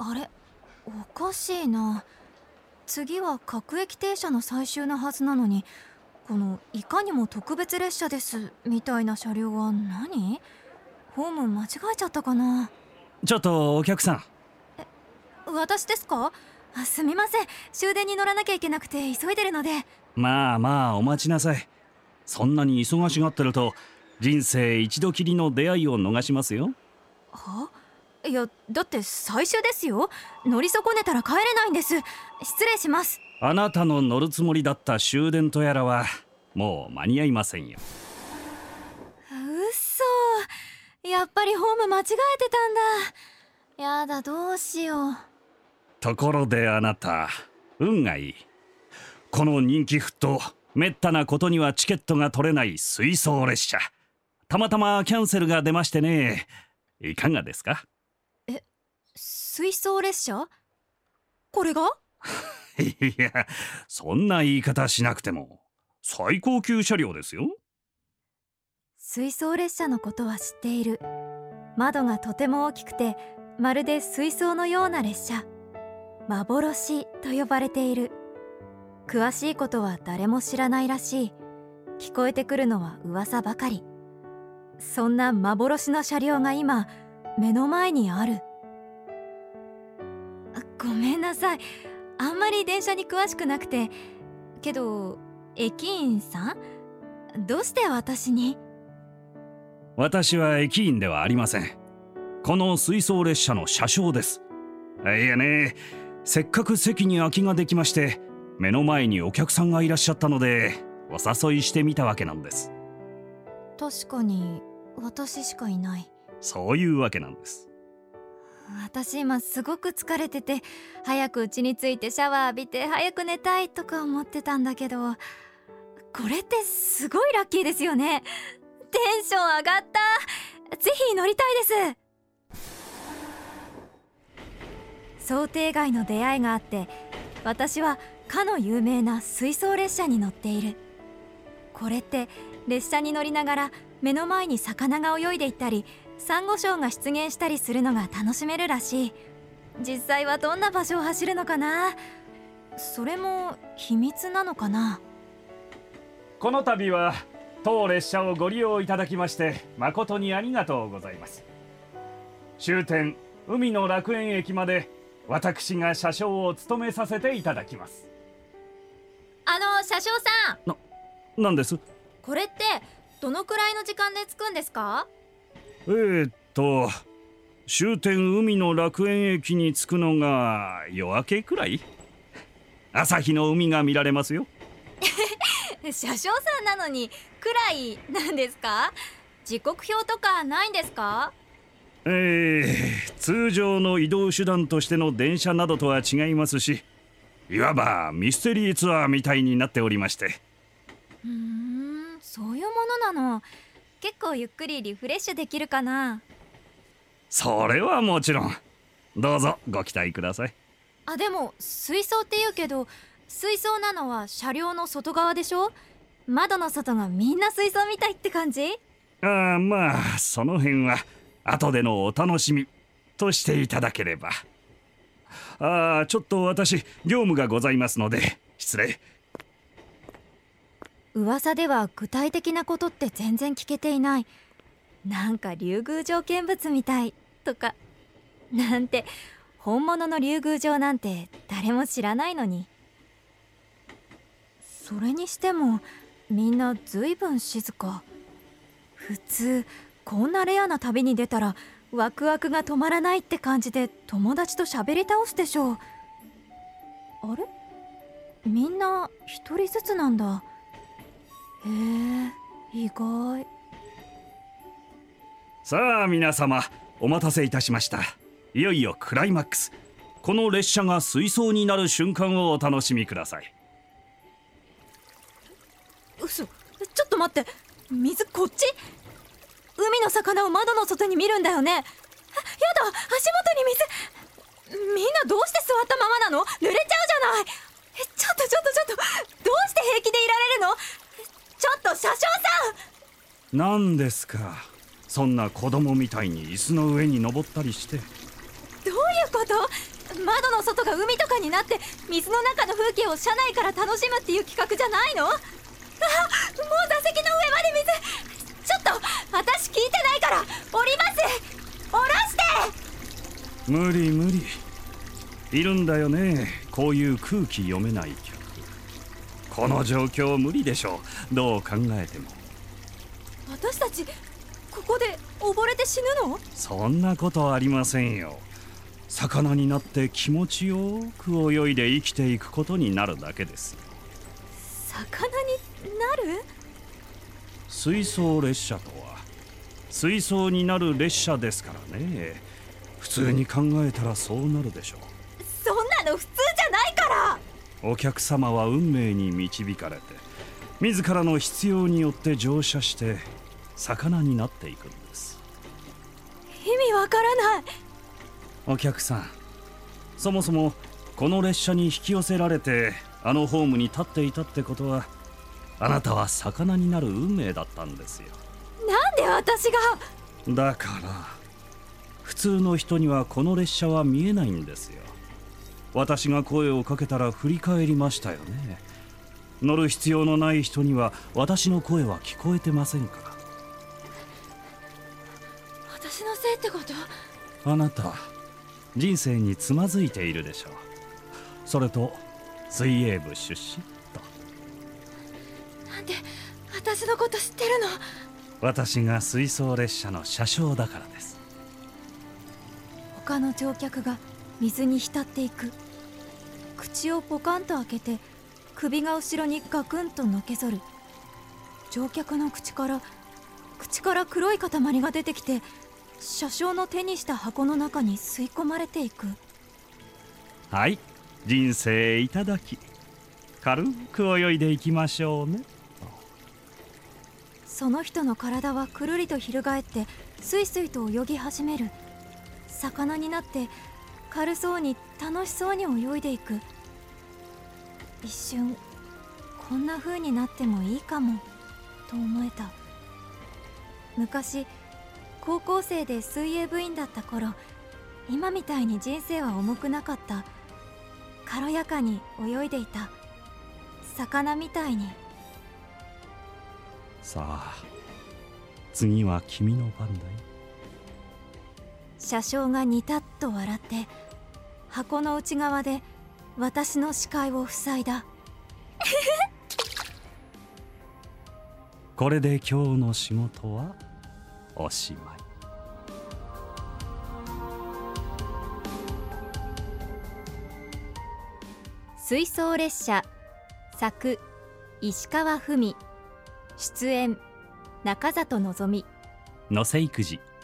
あれ、おかしいな。次は各駅停車の最終のはずなのに、このいかにも特別列車ですみたいな車両は何？ホーム間違えちゃったかな。 ちょっとお客さん。 私ですか？すみません、終電に乗らなきゃいけなくて急いでるので。 まあまあお待ちなさい。そんなに忙しがってると人生一度きりの出会いを逃しますよ。 いや、だって最終ですよ。乗り損ねたら帰れないんです。失礼します。 あなたの乗るつもりだった終電とやらはもう間に合いませんよ。 嘘。やっぱりホーム間違えてたんだ。やだ、どうしよう。 ところであなた、運がいい。この人気沸騰、めったなことにはチケットが取れない水槽列車、たまたまキャンセルが出ましてね。いかがですか？ 水槽列車？これが？ いや、そんな言い方しなくても最高級車両ですよ。 水槽列車のことは知っている。窓がとても大きくてまるで水槽のような列車、幻と呼ばれている。詳しいことは誰も知らないらしい。聞こえてくるのは噂ばかり。そんな幻の車両が今目の前にある。ごめんなさい、あんまり電車に詳しくなくて。けど駅員さん、どうして私に？ 私は駅員ではありません。この水槽列車の車掌です。いやね、せっかく席に空きができまして、目の前にお客さんがいらっしゃったのでお誘いしてみたわけなんです。 確かに私しかいない。 そういうわけなんです。 私今すごく疲れてて、早く家に着いてシャワー浴びて早く寝たいとか思ってたんだけど、これってすごいラッキーですよね。テンション上がった。ぜひ乗りたいです。想定外の出会いがあって、私はかの有名な水槽列車に乗っている。これって列車に乗りながら目の前に魚が泳いでいったり、サンゴ礁が出現したりするのが楽しめるらしい。実際はどんな場所を走るのかな？それも秘密なのかな？ この度は当列車をご利用いただきまして誠にありがとうございます。終点海の楽園駅まで私が車掌を務めさせていただきます。 車掌さん。 なんです？ これってどのくらいの時間で着くんですか？ 終点海の楽園駅に着くのが夜明けくらい。朝日の海が見られますよ。 車掌さんなのにくらいなんですか？時刻表とかないんですか？ 通常の移動手段としての電車などとは違いますし、いわばミステリーツアーみたいになっておりまして。 そういうものなの。結構ゆっくりリフレッシュできるかな？ それはもちろん。どうぞご期待ください。 でも水槽って言うけど、水槽なのは車両の外側でしょ？窓の外がみんな水槽みたいって感じ？ まあその辺は後でのお楽しみとしていただければ。ちょっと私業務がございますので失礼。 噂では具体的なことって全然聞けていない。なんか竜宮城見物みたいとかなんて、本物の竜宮城なんて誰も知らないのに。それにしてもみんなずいぶん静か。普通こんなレアな旅に出たらワクワクが止まらないって感じで友達と喋り倒すでしょう。あれ、みんな一人ずつなんだ。へえ、意外。 さあ皆様、お待たせいたしました。いよいよクライマックス、この列車が水槽になる瞬間をお楽しみください。 嘘、ちょっと待って、水こっち？海の魚を窓の外に見るんだよね。やだ、足元に水。みんなどうして座ったままなの？濡れちゃうじゃない。ちょっとどうして平気でいられるの？ちょっと車掌さん。何ですか、そんな子供みたいに椅子の上に登ったりして。 ん。どういうこと？ 窓の外が海とかになって水の中の風景を車内から楽しむっていう企画じゃないの？もう座席の上まで水。ちょっと私聞いてないから降ります。降ろして。 無理無理。いるんだよね、こういう空気読めない客。この状況無理でしょう、どう考えても。 私たちここで溺れて死ぬの？ そんなことありませんよ。魚になって気持ちよく泳いで生きていくことになるだけです。 魚になる？ 水槽列車とは水槽になる列車ですからね。普通に考えたらそうなるでしょう。 そんなの普通じゃないから。 お客様は運命に導かれて自らの必要によって乗車して魚になっていくんです。 意味わからない。 お客さん、そもそもこの列車に引き寄せられてあのホームに立っていたってことは、あなたは魚になる運命だったんですよ。 なんで私が？ だから普通の人にはこの列車は見えないんですよ。私が声をかけたら振り返りましたよね。乗る必要のない人には私の声は聞こえてませんから。 私のせいってこと？ あなた人生につまずいているでしょう。それと水泳部出身と。 なんで私のこと知ってるの？ 私が水槽列車の車掌だからです。 他の乗客が水に浸っていく。口をポカンと開けて首が後ろにガクンとのけぞる。乗客の口から黒い塊が出てきて車掌の手にした箱の中に吸い込まれていく。 はい、人生いただき。軽く泳いでいきましょうね。 その人の体はくるりと翻ってスイスイと泳ぎ始める。魚になって軽そうに楽しそうに泳いでいく。一瞬こんな風になってもいいかもと思えた。昔高校生で水泳部員だった頃、今みたいに人生は重くなかった。軽やかに泳いでいた。魚みたいに。 さあ次は君の番だよ。 車掌がニタッと笑って箱の内側で私の視界を塞いだ。 これで今日の仕事はおしまい。 水槽列車、作石川文、出演中里のぞみ、 野瀬育児。